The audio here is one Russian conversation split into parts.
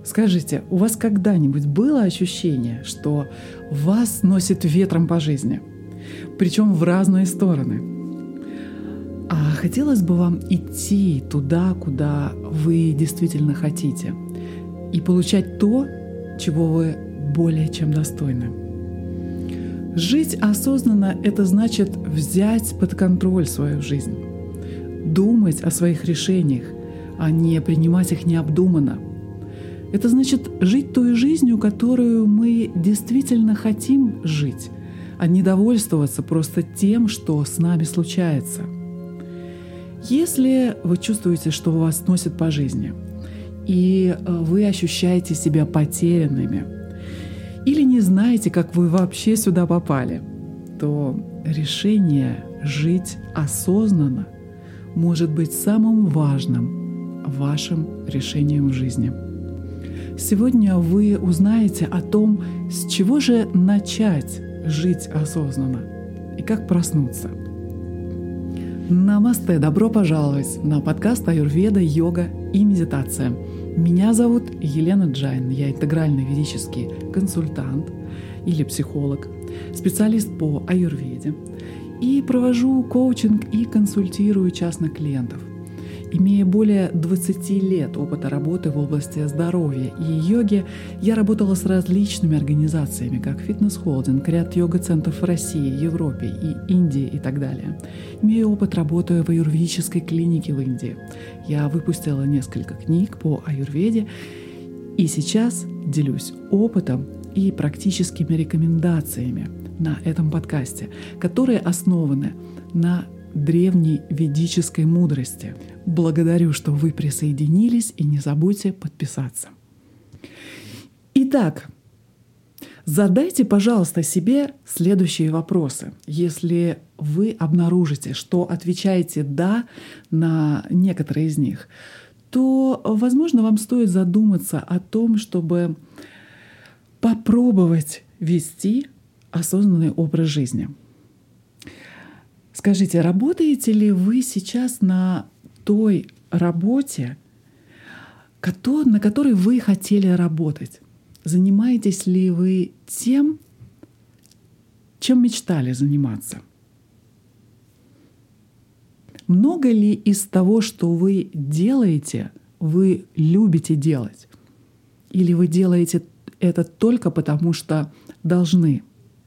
Скажите, у вас когда-нибудь было ощущение, что вас носит ветром по жизни, причем в разные стороны? А хотелось бы вам идти туда, куда вы действительно хотите, и получать то, чего вы более чем достойны. Жить осознанно — это значит взять под контроль свою жизнь, думать о своих решениях, а не принимать их необдуманно. Это значит жить той жизнью, которую мы действительно хотим жить, а не довольствоваться просто тем, что с нами случается. Если вы чувствуете, что вас носит по жизни, и вы ощущаете себя потерянными, или не знаете, как вы вообще сюда попали, то решение жить осознанно может быть самым важным вашим решением в жизни. Сегодня вы узнаете о том, с чего же начать жить осознанно и как проснуться. Намасте! Добро пожаловать на подкаст «Аюрведа, йога и медитация». Меня зовут Елена Джайн. Я интегральный ведический консультант или психолог, специалист по аюрведе и провожу коучинг и консультирую частных клиентов. Имея более 20 лет опыта работы в области здоровья и йоги, я работала с различными организациями, как фитнес-холдинг, ряд йога-центров в России, Европе и Индии и так далее. Имею опыт работы в аюрведической клинике в Индии. Я выпустила несколько книг по аюрведе и сейчас делюсь опытом и практическими рекомендациями на этом подкасте, которые основаны на древней ведической мудрости. Благодарю, что вы присоединились, и не забудьте подписаться. Итак, задайте, пожалуйста, себе следующие вопросы. Если вы обнаружите, что отвечаете «да» на некоторые из них, то, возможно, вам стоит задуматься о том, чтобы попробовать вести осознанный образ жизни. Скажите, работаете ли вы сейчас на той работе, на которой вы хотели работать? Занимаетесь ли вы тем, чем мечтали заниматься? Много ли из того, что вы делаете, вы любите делать? Или вы делаете это только потому, что должны?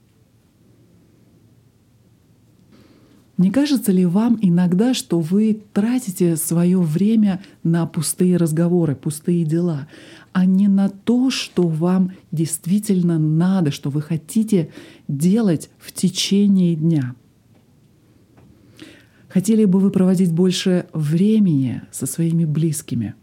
Не кажется ли вам иногда, что вы тратите свое время на пустые разговоры, пустые дела, а не на то, что вам действительно надо, что вы хотите делать в течение дня? Хотели бы вы проводить больше времени со своими близкими?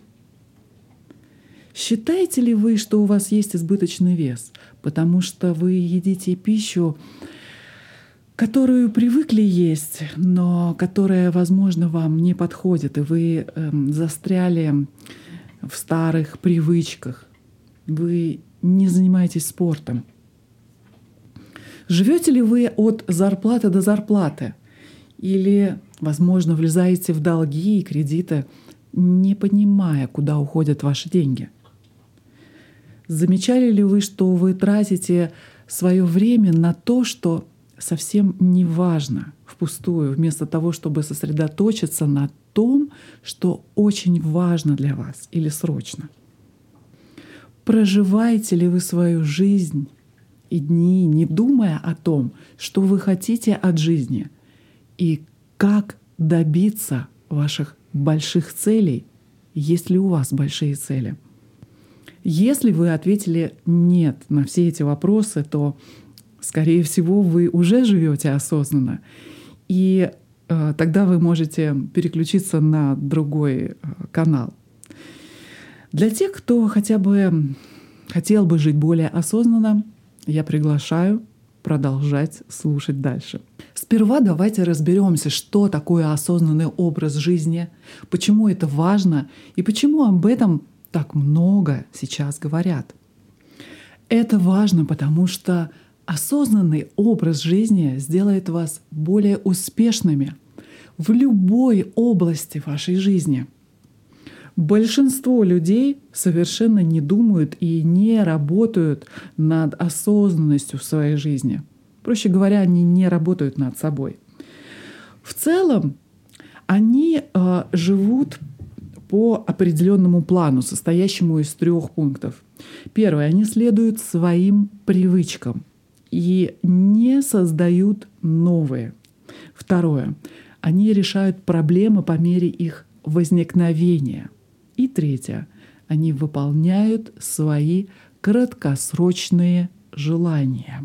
Считаете ли вы, что у вас есть избыточный вес, потому что вы едите пищу, которую привыкли есть, но которая, возможно, вам не подходит, и вы застряли в старых привычках, вы не занимаетесь спортом? Живете ли вы от зарплаты до зарплаты? Или, возможно, влезаете в долги и кредиты, не понимая, куда уходят ваши деньги? Замечали ли вы, что вы тратите свое время на то, что совсем не важно, впустую, вместо того, чтобы сосредоточиться на том, что очень важно для вас или срочно? Проживаете ли вы свою жизнь и дни, не думая о том, что вы хотите от жизни и как добиться ваших больших целей, есть ли у вас большие цели? Если вы ответили «нет» на все эти вопросы, то скорее всего, вы уже живете осознанно, и тогда вы можете переключиться на другой канал. Для тех, кто хотя бы хотел бы жить более осознанно, я приглашаю продолжать слушать дальше. Сперва давайте разберемся, что такое осознанный образ жизни, почему это важно и почему об этом так много сейчас говорят. Это важно, потому что осознанный образ жизни сделает вас более успешными в любой области вашей жизни. Большинство людей совершенно не думают и не работают над осознанностью в своей жизни. Проще говоря, они не работают над собой. В целом, они живут по определенному плану, состоящему из 3 пунктов. Первое. Они следуют своим привычкам и не создают новые. Второе. Они решают проблемы по мере их возникновения. И третье. Они выполняют свои краткосрочные желания.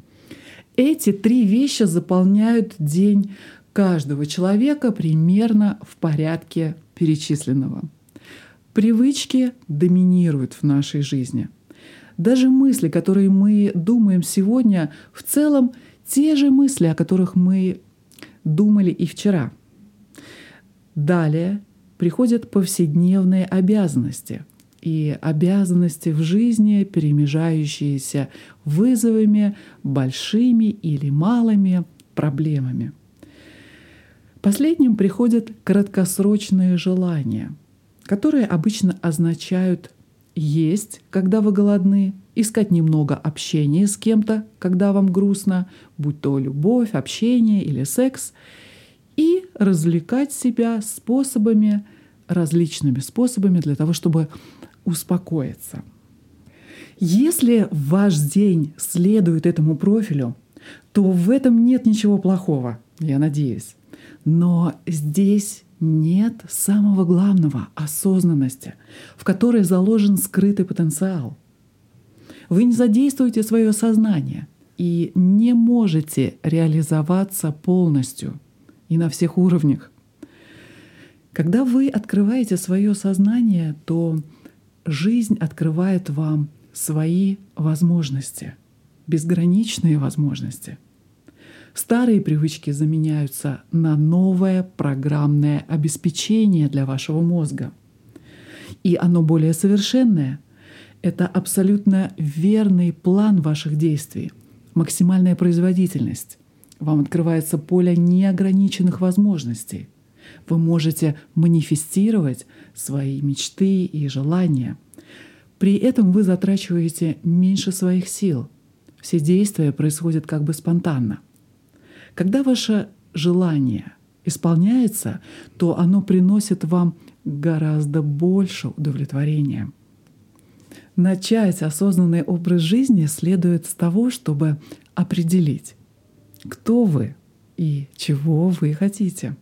Эти 3 вещи заполняют день каждого человека примерно в порядке перечисленного. Привычки доминируют в нашей жизни. Даже мысли, которые мы думаем сегодня, в целом те же мысли, о которых мы думали и вчера. Далее приходят повседневные обязанности. И обязанности в жизни, перемежающиеся вызовами, большими или малыми проблемами. Последним приходят краткосрочные желания, которые обычно означают есть, когда вы голодны, искать немного общения с кем-то, когда вам грустно, будь то любовь, общение или секс, и развлекать себя различными способами для того, чтобы успокоиться. Если ваш день следует этому профилю, то в этом нет ничего плохого, я надеюсь. Но здесь нет самого главного — осознанности, в которой заложен скрытый потенциал. Вы не задействуете свое сознание и не можете реализоваться полностью и на всех уровнях. Когда вы открываете свое сознание, то жизнь открывает вам свои возможности, безграничные возможности. Старые привычки заменяются на новое программное обеспечение для вашего мозга. И оно более совершенное. Это абсолютно верный план ваших действий, максимальная производительность. Вам открывается поле неограниченных возможностей. Вы можете манифестировать свои мечты и желания. При этом вы затрачиваете меньше своих сил. Все действия происходят как бы спонтанно. Когда ваше желание исполняется, то оно приносит вам гораздо больше удовлетворения. Начать осознанный образ жизни следует с того, чтобы определить, кто вы и чего вы хотите.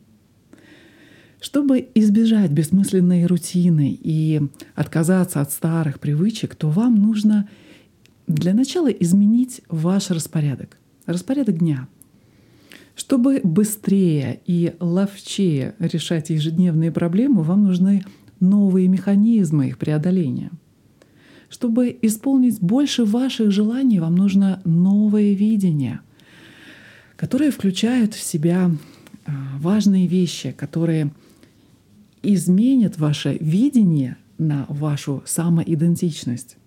Чтобы избежать бессмысленной рутины и отказаться от старых привычек, то вам нужно для начала изменить ваш распорядок дня. Чтобы быстрее и ловчее решать ежедневные проблемы, вам нужны новые механизмы их преодоления. Чтобы исполнить больше ваших желаний, вам нужно новое видение, которое включает в себя важные вещи, которые изменят ваше видение на вашу самоидентичность.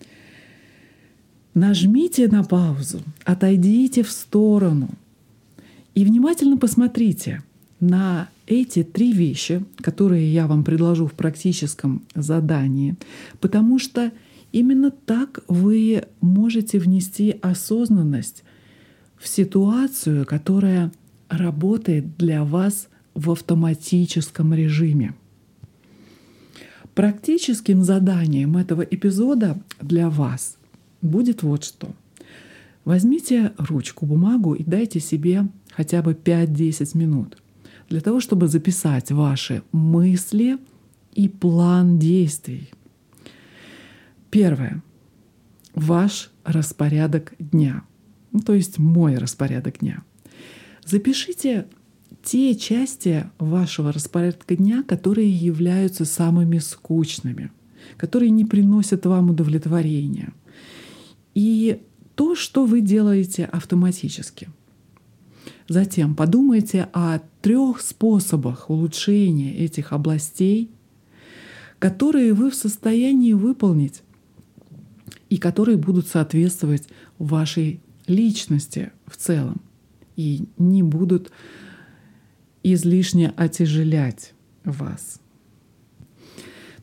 Нажмите на паузу, отойдите в сторону и внимательно посмотрите на эти 3 вещи, которые я вам предложу в практическом задании, потому что именно так вы можете внести осознанность в ситуацию, которая работает для вас в автоматическом режиме. Практическим заданием этого эпизода для вас будет вот что. Возьмите ручку, бумагу и дайте себе хотя бы 5-10 минут для того, чтобы записать ваши мысли и план действий. Первое. Ваш распорядок дня. То есть мой распорядок дня. Запишите те части вашего распорядка дня, которые являются самыми скучными, которые не приносят вам удовлетворения. И то, что вы делаете автоматически. Затем подумайте о 3 способах улучшения этих областей, которые вы в состоянии выполнить и которые будут соответствовать вашей личности в целом и не будут излишне отяжелять вас.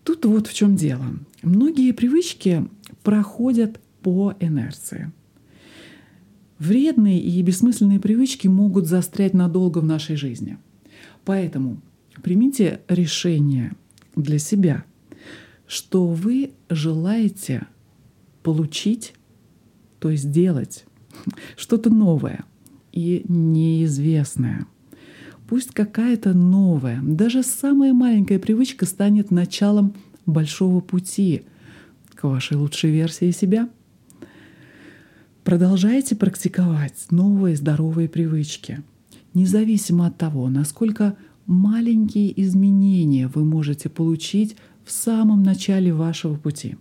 Тут вот в чем дело. Многие привычки проходят по инерции. Вредные и бессмысленные привычки могут застрять надолго в нашей жизни. Поэтому примите решение для себя, что вы желаете получить, то есть делать что-то новое и неизвестное. Пусть какая-то новая, даже самая маленькая привычка станет началом большого пути к вашей лучшей версии себя. Продолжайте практиковать новые здоровые привычки, независимо от того, насколько маленькие изменения вы можете получить в самом начале вашего пути.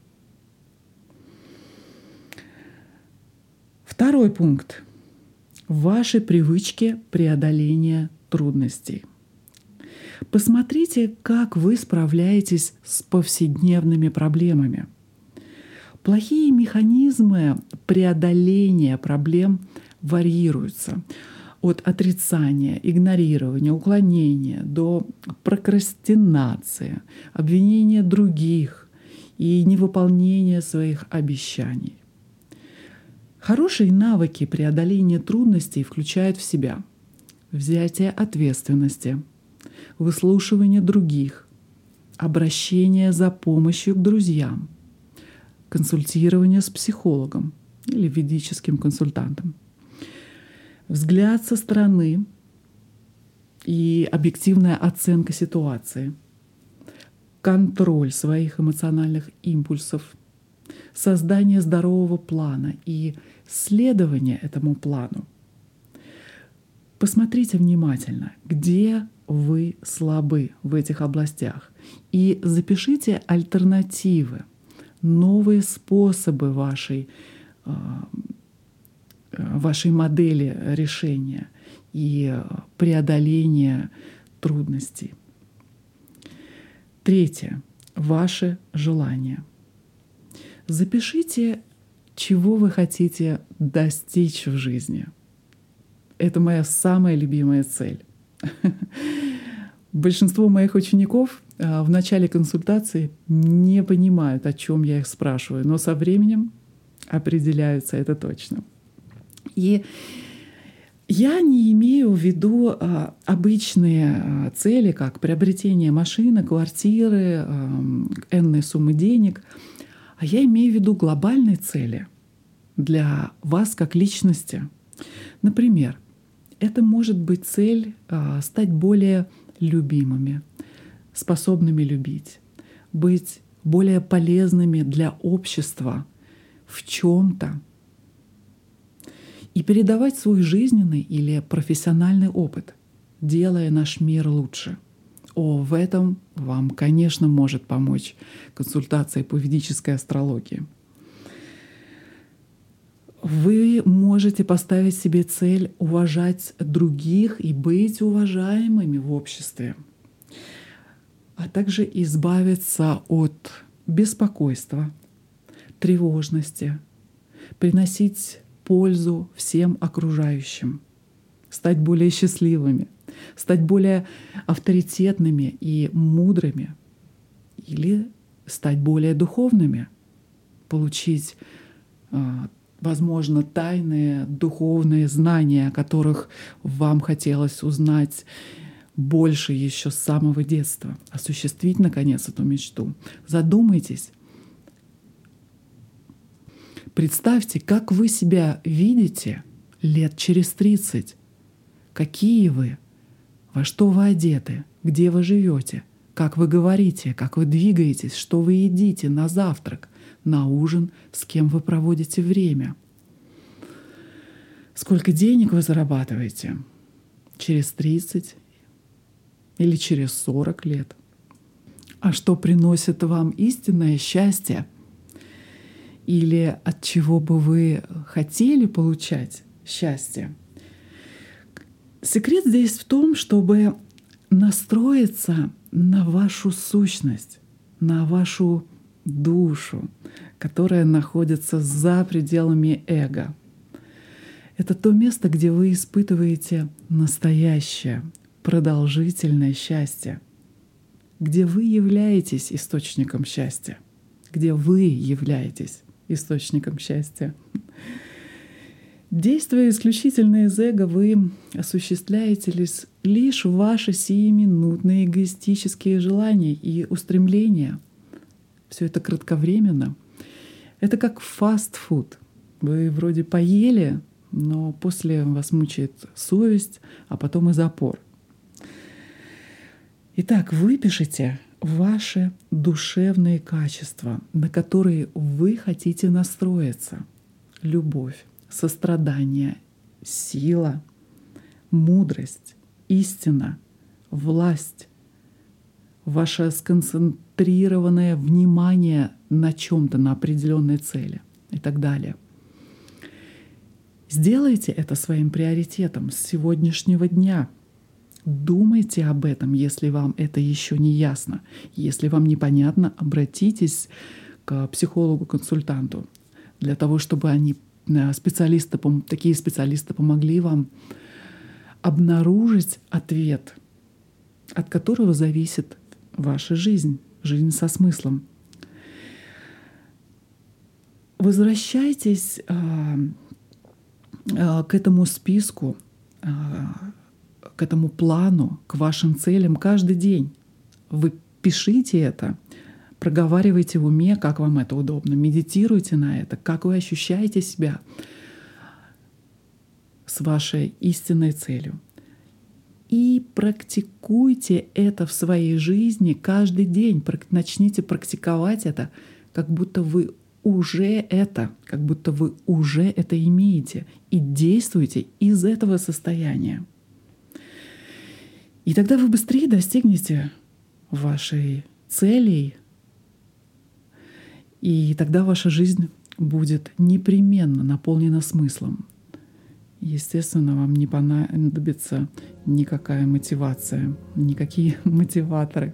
Второй пункт. Ваши привычки преодоления трудностей. Посмотрите, как вы справляетесь с повседневными проблемами. Плохие механизмы преодоления проблем варьируются от отрицания, игнорирования, уклонения до прокрастинации, обвинения других и невыполнения своих обещаний. Хорошие навыки преодоления трудностей включают в себя взятие ответственности, выслушивание других, обращение за помощью к друзьям, консультирование с психологом или ведическим консультантом, взгляд со стороны и объективная оценка ситуации, контроль своих эмоциональных импульсов, создание здорового плана и следование этому плану. Посмотрите внимательно, где вы слабы в этих областях, и запишите альтернативы, новые способы вашей модели решения и преодоления трудностей. Третье. Ваши желания. Запишите, чего вы хотите достичь в жизни. Это моя самая любимая цель. Большинство моих учеников в начале консультации не понимают, о чем я их спрашиваю, но со временем определяются, это точно. И я не имею в виду обычные цели, как приобретение машины, квартиры, энной суммы денег, а я имею в виду глобальные цели для вас как личности. Например, это может быть цель стать более любимыми, способными любить, быть более полезными для общества в чем-то и передавать свой жизненный или профессиональный опыт, делая наш мир лучше. В этом вам, конечно, может помочь консультация по ведической астрологии. Вы можете поставить себе цель уважать других и быть уважаемыми в обществе, а также избавиться от беспокойства, тревожности, приносить пользу всем окружающим, стать более счастливыми, стать более авторитетными и мудрыми или стать более духовными, получить возможно, тайные духовные знания, о которых вам хотелось узнать больше еще с самого детства, осуществить, наконец, эту мечту. Задумайтесь. Представьте, как вы себя видите лет через 30. Какие вы, во что вы одеты, где вы живете, как вы говорите, как вы двигаетесь, что вы едите на завтрак, на ужин, с кем вы проводите время. Сколько денег вы зарабатываете через 30 или через 40 лет. А что приносит вам истинное счастье? Или от чего бы вы хотели получать счастье? Секрет здесь в том, чтобы настроиться на вашу сущность, на вашу душу, которая находится за пределами эго. Это то место, где вы испытываете настоящее, продолжительное счастье. где вы являетесь источником счастья, где вы являетесь источником счастья. Действуя исключительно из эго, вы осуществляете лишь ваши сиюминутные эгоистические желания и устремления. Все это кратковременно. Это как фастфуд. Вы вроде поели, но после вас мучает совесть, а потом и запор. Итак, выпишите ваши душевные качества, на которые вы хотите настроиться. Любовь, сострадание, сила, мудрость, истина, власть, ваше сконцентрированное внимание на чем-то, на определенной цели и так далее. Сделайте это своим приоритетом с сегодняшнего дня. Думайте об этом, если вам это еще не ясно. Если вам непонятно, обратитесь к психологу-консультанту для того, чтобы такие специалисты помогли вам обнаружить ответ, от которого зависит ваша жизнь со смыслом. Возвращайтесь к этому списку, к этому плану, к вашим целям каждый день. Вы пишите это, проговаривайте в уме, как вам это удобно, медитируйте на это, как вы ощущаете себя с вашей истинной целью. И практикуйте это в своей жизни каждый день. Начните практиковать это, как будто вы уже это имеете. И действуйте из этого состояния. И тогда вы быстрее достигнете вашей цели, и тогда ваша жизнь будет непременно наполнена смыслом. Естественно, вам не понадобится никакая мотивация, никакие мотиваторы.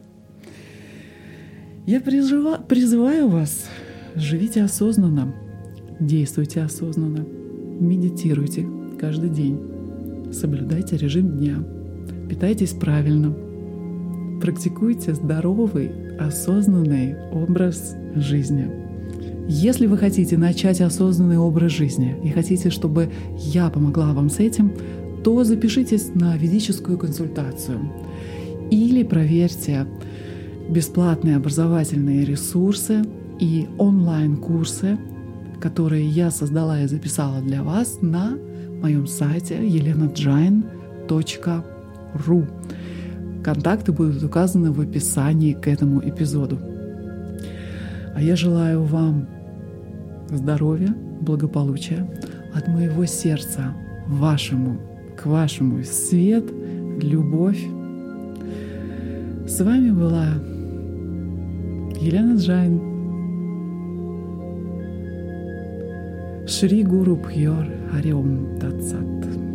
Я призываю вас, живите осознанно, действуйте осознанно, медитируйте каждый день, соблюдайте режим дня, питайтесь правильно, практикуйте здоровый, осознанный образ жизни. Если вы хотите начать осознанный образ жизни и хотите, чтобы я помогла вам с этим, то запишитесь на ведическую консультацию или проверьте бесплатные образовательные ресурсы и онлайн-курсы, которые я создала и записала для вас на моем сайте elenajain.ru. Контакты будут указаны в описании к этому эпизоду. А я желаю вам здоровья, благополучия от моего сердца к вашему свет, любовь. С вами была Елена Джайн. Шри Гуру Пхьор Хари Ом Тат Сат.